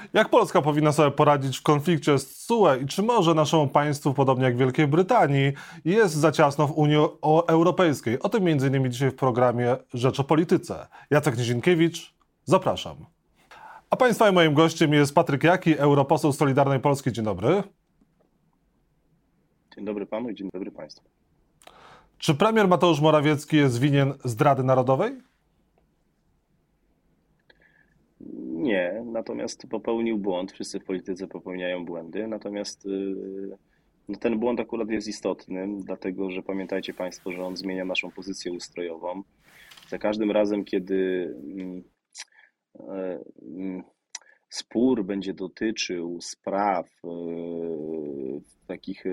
Jak Polska powinna sobie poradzić w konflikcie z TSUE i czy może naszemu państwu, podobnie jak Wielkiej Brytanii, jest za ciasno w Unii Europejskiej? O tym m.in. dzisiaj w programie Rzecz o Polityce. Jacek Nizinkiewicz, zapraszam. A państwa i moim gościem jest Patryk Jaki, europoseł Solidarnej Polski. Dzień dobry. Dzień dobry panu i dzień dobry państwu. Czy premier Mateusz Morawiecki jest winien zdrady narodowej? Nie, natomiast popełnił błąd. Wszyscy w polityce popełniają błędy. Natomiast ten błąd akurat jest istotny, dlatego że pamiętajcie państwo, że on zmienia naszą pozycję ustrojową. Za każdym razem, kiedy spór będzie dotyczył spraw takich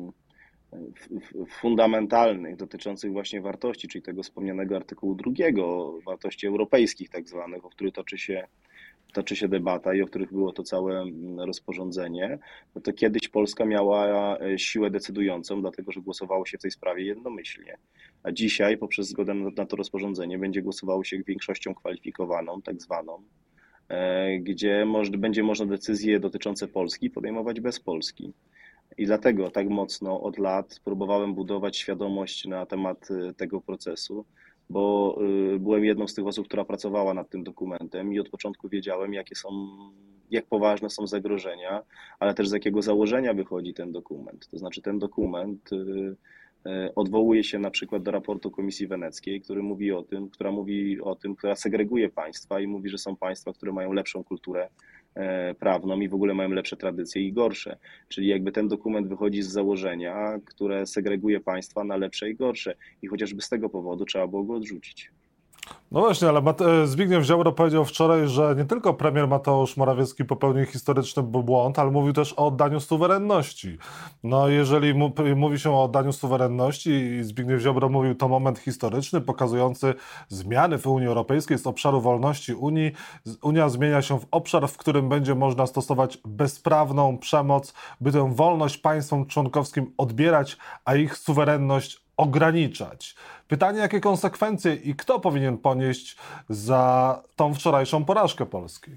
fundamentalnych, dotyczących właśnie wartości, czyli tego wspomnianego artykułu 2, wartości europejskich tak zwanych, o których toczy się debata i o których było to całe rozporządzenie, no to kiedyś Polska miała siłę decydującą, dlatego że głosowało się w tej sprawie jednomyślnie. A dzisiaj poprzez zgodę na to rozporządzenie będzie głosowało się większością kwalifikowaną, tak zwaną, gdzie będzie można decyzje dotyczące Polski podejmować bez Polski. I dlatego tak mocno od lat próbowałem budować świadomość na temat tego procesu, bo byłem jedną z tych osób, która pracowała nad tym dokumentem i od początku wiedziałem, jak poważne są zagrożenia, ale też z jakiego założenia wychodzi ten dokument. To znaczy ten dokument odwołuje się na przykład do raportu Komisji Weneckiej, która segreguje państwa i mówi, że są państwa, które mają lepszą kulturę prawną i w ogóle mają lepsze tradycje i gorsze. Czyli jakby ten dokument wychodzi z założenia, które segreguje państwa na lepsze i gorsze. I chociażby z tego powodu trzeba było go odrzucić. No właśnie, ale Zbigniew Ziobro powiedział wczoraj, że nie tylko premier Mateusz Morawiecki popełnił historyczny błąd, ale mówił też o oddaniu suwerenności. No jeżeli mówi się o oddaniu suwerenności i Zbigniew Ziobro mówił, to moment historyczny pokazujący zmiany w Unii Europejskiej z obszaru wolności Unii. Unia zmienia się w obszar, w którym będzie można stosować bezprawną przemoc, by tę wolność państwom członkowskim odbierać, a ich suwerenność ograniczać. Pytanie, jakie konsekwencje i kto powinien ponieść za tą wczorajszą porażkę Polski?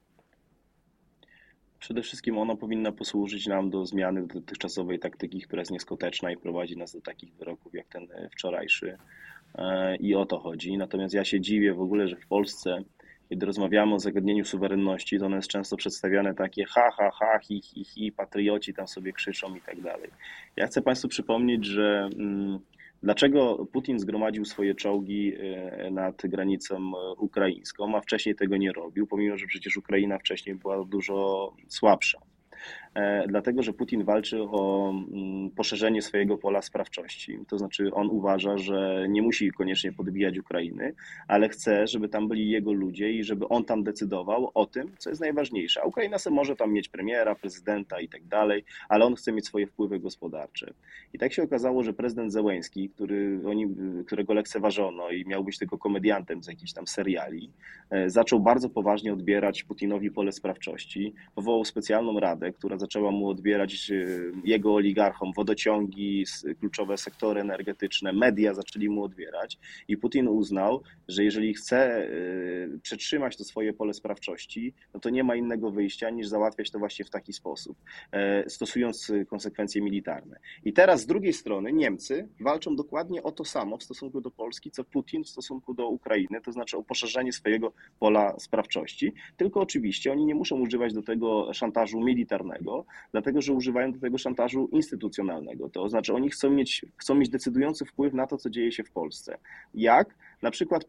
Przede wszystkim ona powinna posłużyć nam do zmiany dotychczasowej taktyki, która jest nieskuteczna i prowadzi nas do takich wyroków jak ten wczorajszy. I o to chodzi. Natomiast ja się dziwię w ogóle, że w Polsce, kiedy rozmawiamy o zagadnieniu suwerenności, to ono jest często przedstawiane takie hi, patrioci tam sobie krzyczą i tak dalej. Ja chcę państwu przypomnieć, że dlaczego Putin zgromadził swoje czołgi nad granicą ukraińską, a wcześniej tego nie robił, pomimo że przecież Ukraina wcześniej była dużo słabsza. Dlatego, że Putin walczy o poszerzenie swojego pola sprawczości. To znaczy on uważa, że nie musi koniecznie podbijać Ukrainy, ale chce, żeby tam byli jego ludzie i żeby on tam decydował o tym, co jest najważniejsze. A Ukraina sobie może tam mieć premiera, prezydenta i tak dalej, ale on chce mieć swoje wpływy gospodarcze. I tak się okazało, że prezydent Zełenski, którego lekceważono i miał być tylko komediantem z jakichś tam seriali, zaczął bardzo poważnie odbierać Putinowi pole sprawczości, powołał specjalną radę, która zaczęła mu odbierać jego oligarchom wodociągi, kluczowe sektory energetyczne, media zaczęli mu odbierać i Putin uznał, że jeżeli chce przetrzymać to swoje pole sprawczości, no to nie ma innego wyjścia niż załatwiać to właśnie w taki sposób, stosując konsekwencje militarne. I teraz z drugiej strony Niemcy walczą dokładnie o to samo w stosunku do Polski, co Putin w stosunku do Ukrainy, to znaczy o poszerzenie swojego pola sprawczości, tylko oczywiście oni nie muszą używać do tego szantażu militarnego, dlatego że używają do tego szantażu instytucjonalnego. To znaczy oni chcą mieć decydujący wpływ na to, co dzieje się w Polsce. Jak? Na przykład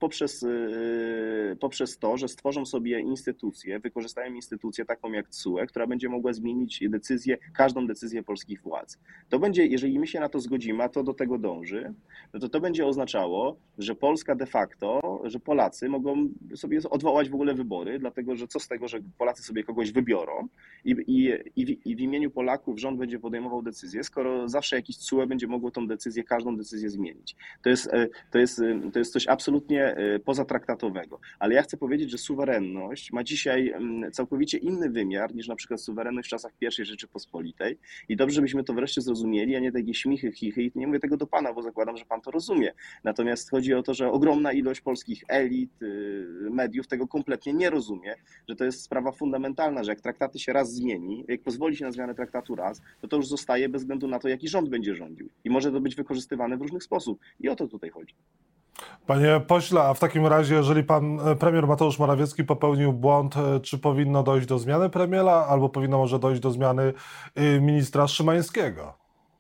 poprzez to, że stworzą sobie instytucję, wykorzystają instytucję taką jak TSUE, która będzie mogła zmienić każdą decyzję polskich władz. To będzie, jeżeli my się na to zgodzimy, a to do tego dąży, no to będzie oznaczało, że Polska de facto, że Polacy mogą sobie odwołać w ogóle wybory, dlatego że co z tego, że Polacy sobie kogoś wybiorą i w imieniu Polaków rząd będzie podejmował decyzję, skoro zawsze jakiś TSUE będzie mogło tą decyzję, każdą decyzję zmienić. To jest coś absolutnie pozatraktatowego. Ale ja chcę powiedzieć, że suwerenność ma dzisiaj całkowicie inny wymiar niż na przykład suwerenność w czasach I Rzeczypospolitej i dobrze, żebyśmy to wreszcie zrozumieli, a nie takie śmichy, chichy i nie mówię tego do pana, bo zakładam, że pan to rozumie. Natomiast chodzi o to, że ogromna ilość polskich elit, mediów tego kompletnie nie rozumie, że to jest sprawa fundamentalna, że jak traktaty się raz zmieni, jak pozwoli się na zmianę traktatu raz, to już zostaje bez względu na to, jaki rząd będzie rządził. I może to być wykorzystywane w różnych sposób. I o to tutaj chodzi. Panie pośle, a w takim razie, jeżeli pan premier Mateusz Morawiecki popełnił błąd, czy powinno dojść do zmiany premiera, albo powinno może dojść do zmiany ministra Szymańskiego?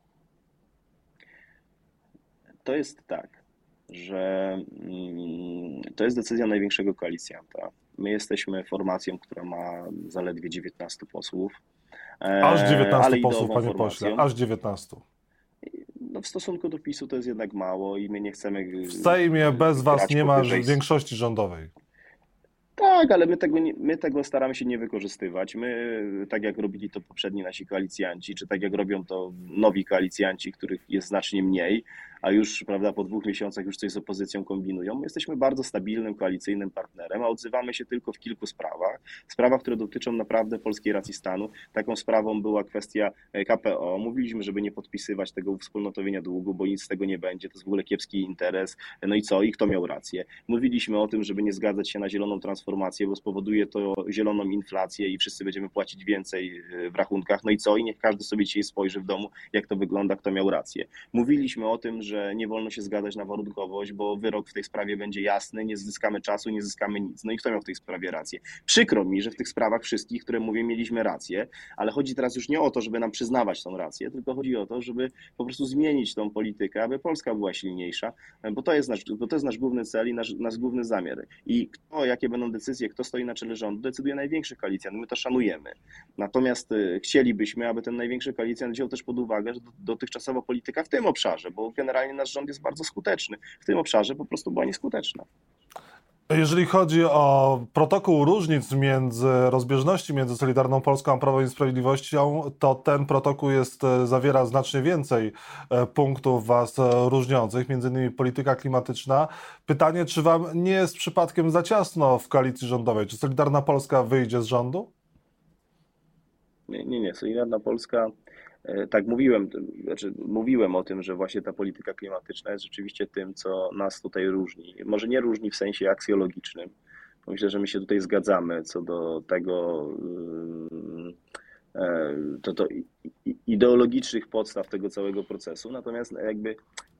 To jest tak, że to jest decyzja największego koalicjanta. My jesteśmy formacją, która ma zaledwie 19 posłów. Aż 19 ale posłów, ideową panie formacją. pośle, aż 19. No w stosunku do PiS-u to jest jednak mało i my nie chcemy. W Sejmie bez was grać nie ma powyżej. większości rządowej. Tak, ale my tego staramy się nie wykorzystywać. My, tak jak robili to poprzedni nasi koalicjanci, czy tak jak robią to nowi koalicjanci, których jest znacznie mniej, a już, prawda, po 2 miesiącach już coś z opozycją kombinują. My jesteśmy bardzo stabilnym koalicyjnym partnerem, a odzywamy się tylko w kilku sprawach, które dotyczą naprawdę polskiej racji stanu. Taką sprawą była kwestia KPO. Mówiliśmy, żeby nie podpisywać tego uwspólnotowienia długu, bo nic z tego nie będzie, to jest w ogóle kiepski interes. No i co? I kto miał rację? Mówiliśmy o tym, żeby nie zgadzać się na zieloną transformację, bo spowoduje to zieloną inflację i wszyscy będziemy płacić więcej w rachunkach. No i co? I niech każdy sobie dzisiaj spojrzy w domu, jak to wygląda, kto miał rację. Mówiliśmy o tym, że nie wolno się zgadzać na warunkowość, bo wyrok w tej sprawie będzie jasny, nie zyskamy czasu, nie zyskamy nic. No i kto miał w tej sprawie rację? Przykro mi, że w tych sprawach wszystkich, które mówię, mieliśmy rację, ale chodzi teraz już nie o to, żeby nam przyznawać tą rację, tylko chodzi o to, żeby po prostu zmienić tą politykę, aby Polska była silniejsza, bo to jest nasz główny cel i nasz główny zamiar. I jakie będą decyzje, kto stoi na czele rządu, decyduje największy koalicjant. My to szanujemy. Natomiast chcielibyśmy, aby ten największy koalicjant wziął też pod uwagę, że dotychczasowa polityka w tym obszarze, bo generalnie nasz rząd jest bardzo skuteczny, w tym obszarze po prostu była nieskuteczna. Jeżeli chodzi o protokół różnic rozbieżności między Solidarną Polską a Prawem i Sprawiedliwością, to ten protokół zawiera znacznie więcej punktów was różniących, między innymi polityka klimatyczna. Pytanie, czy wam nie jest przypadkiem za ciasno w koalicji rządowej? Czy Solidarna Polska wyjdzie z rządu? Nie. Solidarna Polska, tak mówiłem o tym, że właśnie ta polityka klimatyczna jest rzeczywiście tym, co nas tutaj różni. Może nie różni w sensie aksjologicznym. Myślę, że my się tutaj zgadzamy co do tego, to ideologicznych podstaw tego całego procesu. Natomiast jakby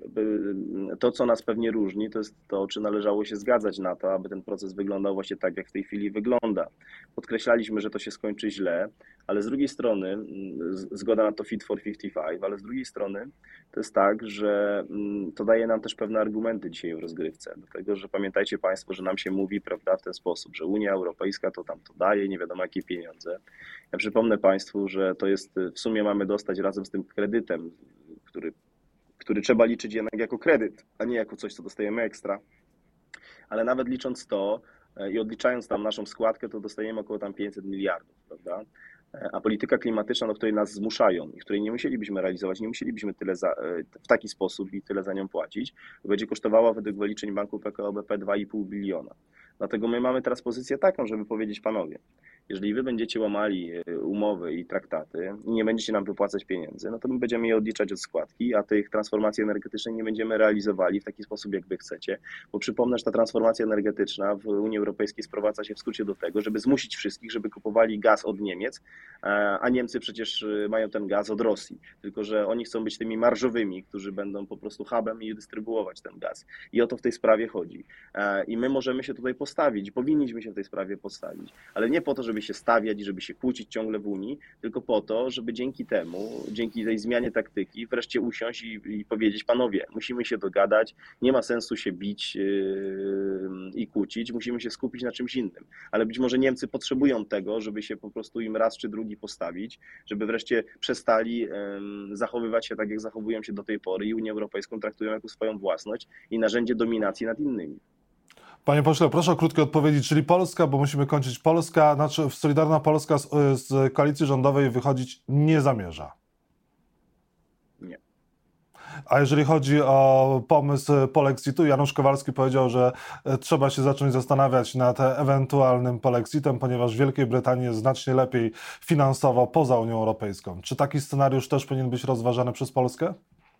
to, co nas pewnie różni, to jest to, czy należało się zgadzać na to, aby ten proces wyglądał właśnie tak, jak w tej chwili wygląda. Podkreślaliśmy, że to się skończy źle, ale z drugiej strony, zgoda na to Fit for 55, ale z drugiej strony to jest tak, że to daje nam też pewne argumenty dzisiaj w rozgrywce. Dlatego, że pamiętajcie Państwo, że nam się mówi, prawda, w ten sposób, że Unia Europejska to tam to daje, nie wiadomo jakie pieniądze. Ja przypomnę Państwu, że to jest, w sumie mamy dostać razem z tym kredytem, który trzeba liczyć jednak jako kredyt, a nie jako coś, co dostajemy ekstra. Ale nawet licząc to i odliczając tam naszą składkę, to dostajemy około tam 500 miliardów, prawda? A polityka klimatyczna, do której nas zmuszają i której nie musielibyśmy realizować, nie musielibyśmy w taki sposób i tyle za nią płacić, będzie kosztowała według wyliczeń Banku PKO BP 2,5 biliona. Dlatego my mamy teraz pozycję taką, żeby powiedzieć panowie, jeżeli wy będziecie łamali umowy i traktaty i nie będziecie nam wypłacać pieniędzy, no to my będziemy je odliczać od składki, a tych transformacji energetycznej nie będziemy realizowali w taki sposób, jak wy chcecie. Bo przypomnę, że ta transformacja energetyczna w Unii Europejskiej sprowadza się w skrócie do tego, żeby zmusić wszystkich, żeby kupowali gaz od Niemiec, a Niemcy przecież mają ten gaz od Rosji. Tylko że oni chcą być tymi marżowymi, którzy będą po prostu hubem i dystrybuować ten gaz. I o to w tej sprawie chodzi. I my możemy się tutaj postawić, powinniśmy się w tej sprawie postawić, ale nie po to, żeby się stawiać i żeby się kłócić ciągle w Unii, tylko po to, żeby dzięki tej zmianie taktyki wreszcie usiąść i powiedzieć, panowie, musimy się dogadać, nie ma sensu się bić i kłócić, musimy się skupić na czymś innym. Ale być może Niemcy potrzebują tego, żeby się po prostu im raz czy drugi postawić, żeby wreszcie przestali zachowywać się tak, jak zachowują się do tej pory i Unię Europejską traktują jako swoją własność i narzędzie dominacji nad innymi. Panie pośle, proszę o krótkie odpowiedzi, czyli Polska, bo musimy kończyć, Solidarna Polska z koalicji rządowej wychodzić nie zamierza. Nie. A jeżeli chodzi o pomysł polexitu, Janusz Kowalski powiedział, że trzeba się zacząć zastanawiać nad ewentualnym polexitem, ponieważ w Wielkiej Brytanii jest znacznie lepiej finansowo poza Unią Europejską. Czy taki scenariusz też powinien być rozważany przez Polskę?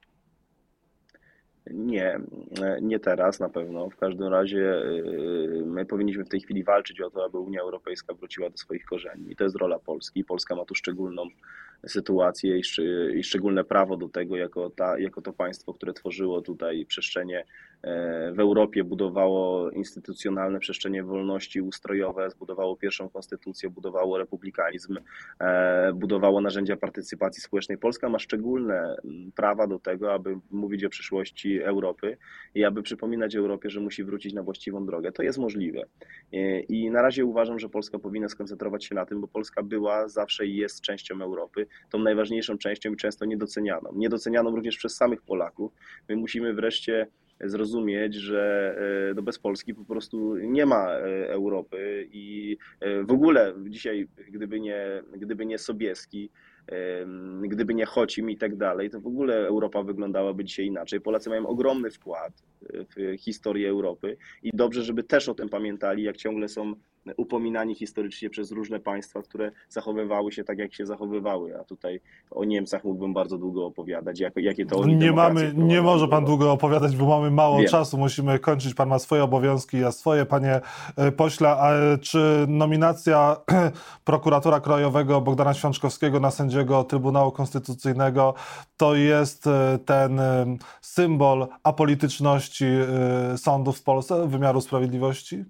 Nie, nie teraz na pewno. W każdym razie my powinniśmy w tej chwili walczyć o to, aby Unia Europejska wróciła do swoich korzeni. I to jest rola Polski. Polska ma tu szczególną sytuację i szczególne prawo do tego, jako to państwo, które tworzyło tutaj przestrzenie w Europie, budowało instytucjonalne przestrzenie wolności ustrojowe, zbudowało pierwszą konstytucję, budowało republikanizm, budowało narzędzia partycypacji społecznej. Polska ma szczególne prawa do tego, aby mówić o przyszłości Europy i aby przypominać Europie, że musi wrócić na właściwą drogę. To jest możliwe. I na razie uważam, że Polska powinna skoncentrować się na tym, bo Polska była zawsze i jest częścią Europy, tą najważniejszą częścią i często niedocenianą. Niedocenianą również przez samych Polaków. My musimy wreszcie zrozumieć, że bez Polski po prostu nie ma Europy i w ogóle dzisiaj, gdyby nie Sobieski, gdyby nie Chocim i tak dalej, to w ogóle Europa wyglądałaby dzisiaj inaczej. Polacy mają ogromny wkład w historię Europy i dobrze, żeby też o tym pamiętali, jak ciągle są upominani historycznie przez różne państwa, które zachowywały się tak, jak się zachowywały. A tutaj o Niemcach mógłbym bardzo długo opowiadać, jakie to oni Nie może pan długo opowiadać, bo mamy mało Wiem. czasu, musimy kończyć. Pan ma swoje obowiązki, ja swoje. Panie pośle, a czy nominacja prokuratora krajowego Bogdana Święczkowskiego na sędziego Trybunału Konstytucyjnego to jest ten symbol apolityczności sądów w Polsce, wymiaru sprawiedliwości?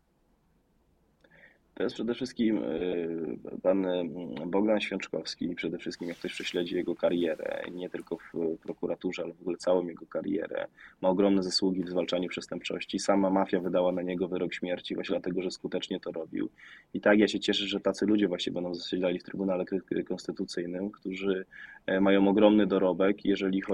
To jest przede wszystkim pan Bogdan Święczkowski, przede wszystkim jak ktoś prześledzi jego karierę, nie tylko w prokuraturze, ale w ogóle całą jego karierę, ma ogromne zasługi w zwalczaniu przestępczości. Sama mafia wydała na niego wyrok śmierci właśnie dlatego, że skutecznie to robił. I tak ja się cieszę, że tacy ludzie właśnie będą zasiedlali w Trybunale Konstytucyjnym, którzy mają ogromny dorobek,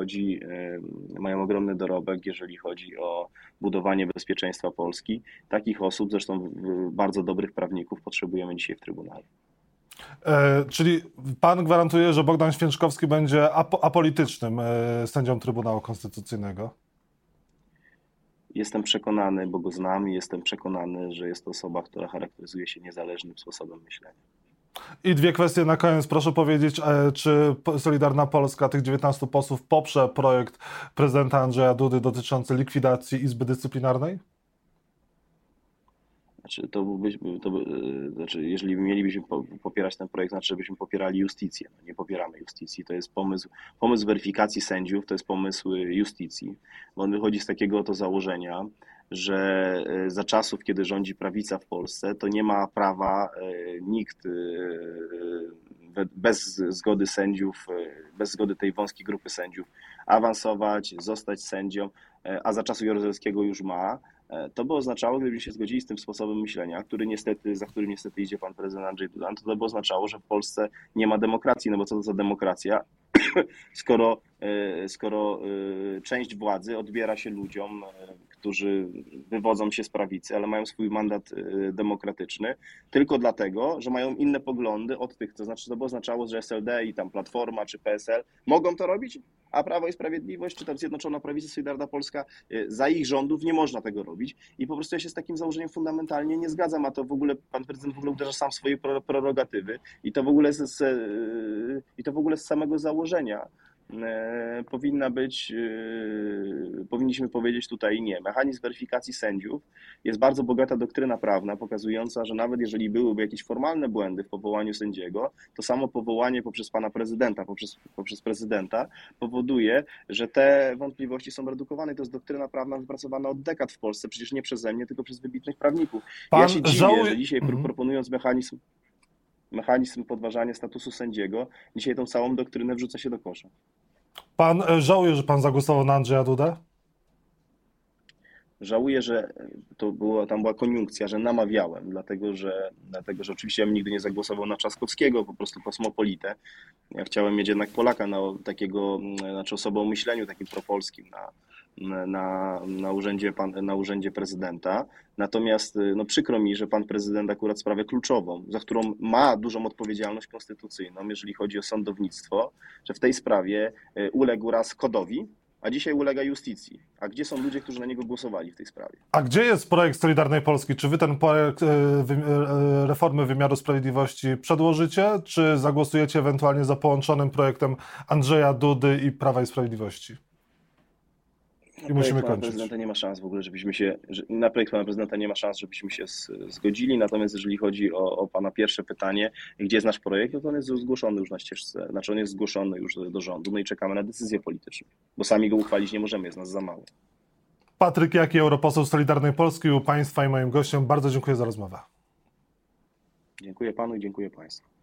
jeżeli chodzi o budowanie bezpieczeństwa Polski. Takich osób, zresztą bardzo dobrych prawników, potrzebujemy dzisiaj w Trybunale. Czyli pan gwarantuje, że Bogdan Święczkowski będzie apolitycznym sędzią Trybunału Konstytucyjnego? Jestem przekonany, bo go znam i jestem przekonany, że jest to osoba, która charakteryzuje się niezależnym sposobem myślenia. I dwie kwestie na koniec. Proszę powiedzieć, czy Solidarna Polska, tych 19 posłów, poprze projekt prezydenta Andrzeja Dudy dotyczący likwidacji Izby Dyscyplinarnej? Znaczy, jeżeli mielibyśmy popierać ten projekt, znaczy, żebyśmy popierali Justicję. No, nie popieramy Justicji. To jest pomysł weryfikacji sędziów, to jest pomysł Justicji, bo on wychodzi z takiego oto założenia, że za czasów, kiedy rządzi prawica w Polsce, to nie ma prawa nikt bez zgody sędziów, bez zgody tej wąskiej grupy sędziów awansować, zostać sędzią, a za czasu Jaruzelskiego już ma. To by oznaczało, gdybyśmy się zgodzili z tym sposobem myślenia, za którym niestety idzie pan prezydent Andrzej Duda, to by oznaczało, że w Polsce nie ma demokracji. No bo co to za demokracja, skoro część władzy odbiera się ludziom, którzy wywodzą się z prawicy, ale mają swój mandat demokratyczny, tylko dlatego, że mają inne poglądy od tych. To znaczy, to by oznaczało, że SLD i tam Platforma czy PSL mogą to robić, a Prawo i Sprawiedliwość, czy tam Zjednoczona Prawica, Solidarna Polska, za ich rządów nie można tego robić. I po prostu ja się z takim założeniem fundamentalnie nie zgadzam, a to w ogóle pan prezydent w ogóle uderza sam w swoje prerogatywy i to w ogóle z samego założenia powinniśmy powiedzieć tutaj nie. Mechanizm weryfikacji sędziów jest bardzo bogata doktryna prawna, pokazująca, że nawet jeżeli byłyby jakieś formalne błędy w powołaniu sędziego, to samo powołanie poprzez pana prezydenta, poprzez prezydenta powoduje, że te wątpliwości są redukowane. To jest doktryna prawna wypracowana od dekad w Polsce, przecież nie przeze mnie, tylko przez wybitnych prawników. Ja się dziwię, że dzisiaj proponując mechanizm podważania statusu sędziego, dzisiaj tą całą doktrynę wrzuca się do kosza. Pan żałuje, że pan zagłosował na Andrzeja Dudę? Żałuję, że tam była koniunkcja, że namawiałem, dlatego że oczywiście ja bym nigdy nie zagłosował na Trzaskowskiego, po prostu kosmopolitę. Ja chciałem mieć jednak Polaka, znaczy osobę o myśleniu takim propolskim na urzędzie prezydenta. Natomiast przykro mi, że pan prezydent akurat sprawę kluczową, za którą ma dużą odpowiedzialność konstytucyjną, jeżeli chodzi o sądownictwo, że w tej sprawie uległ raz kodowi, a dzisiaj ulega justycji. A gdzie są ludzie, którzy na niego głosowali w tej sprawie? A gdzie jest projekt Solidarnej Polski? Czy wy ten projekt reformy wymiaru sprawiedliwości przedłożycie, czy zagłosujecie ewentualnie za połączonym projektem Andrzeja Dudy i Prawa i Sprawiedliwości? I musimy Projekt pana kończyć. prezydenta nie ma szans w ogóle, na projekt pana prezydenta nie ma szans, żebyśmy się zgodzili. Natomiast jeżeli chodzi o pana pierwsze pytanie, gdzie jest nasz projekt, no to on jest zgłoszony już na ścieżce, znaczy on jest zgłoszony już do rządu, no i czekamy na decyzję polityczną, bo sami go uchwalić nie możemy, jest nas za mało. Patryk Jaki, europoseł Solidarnej Polski, u państwa i moim gościem. Bardzo dziękuję za rozmowę. Dziękuję panu i dziękuję państwu.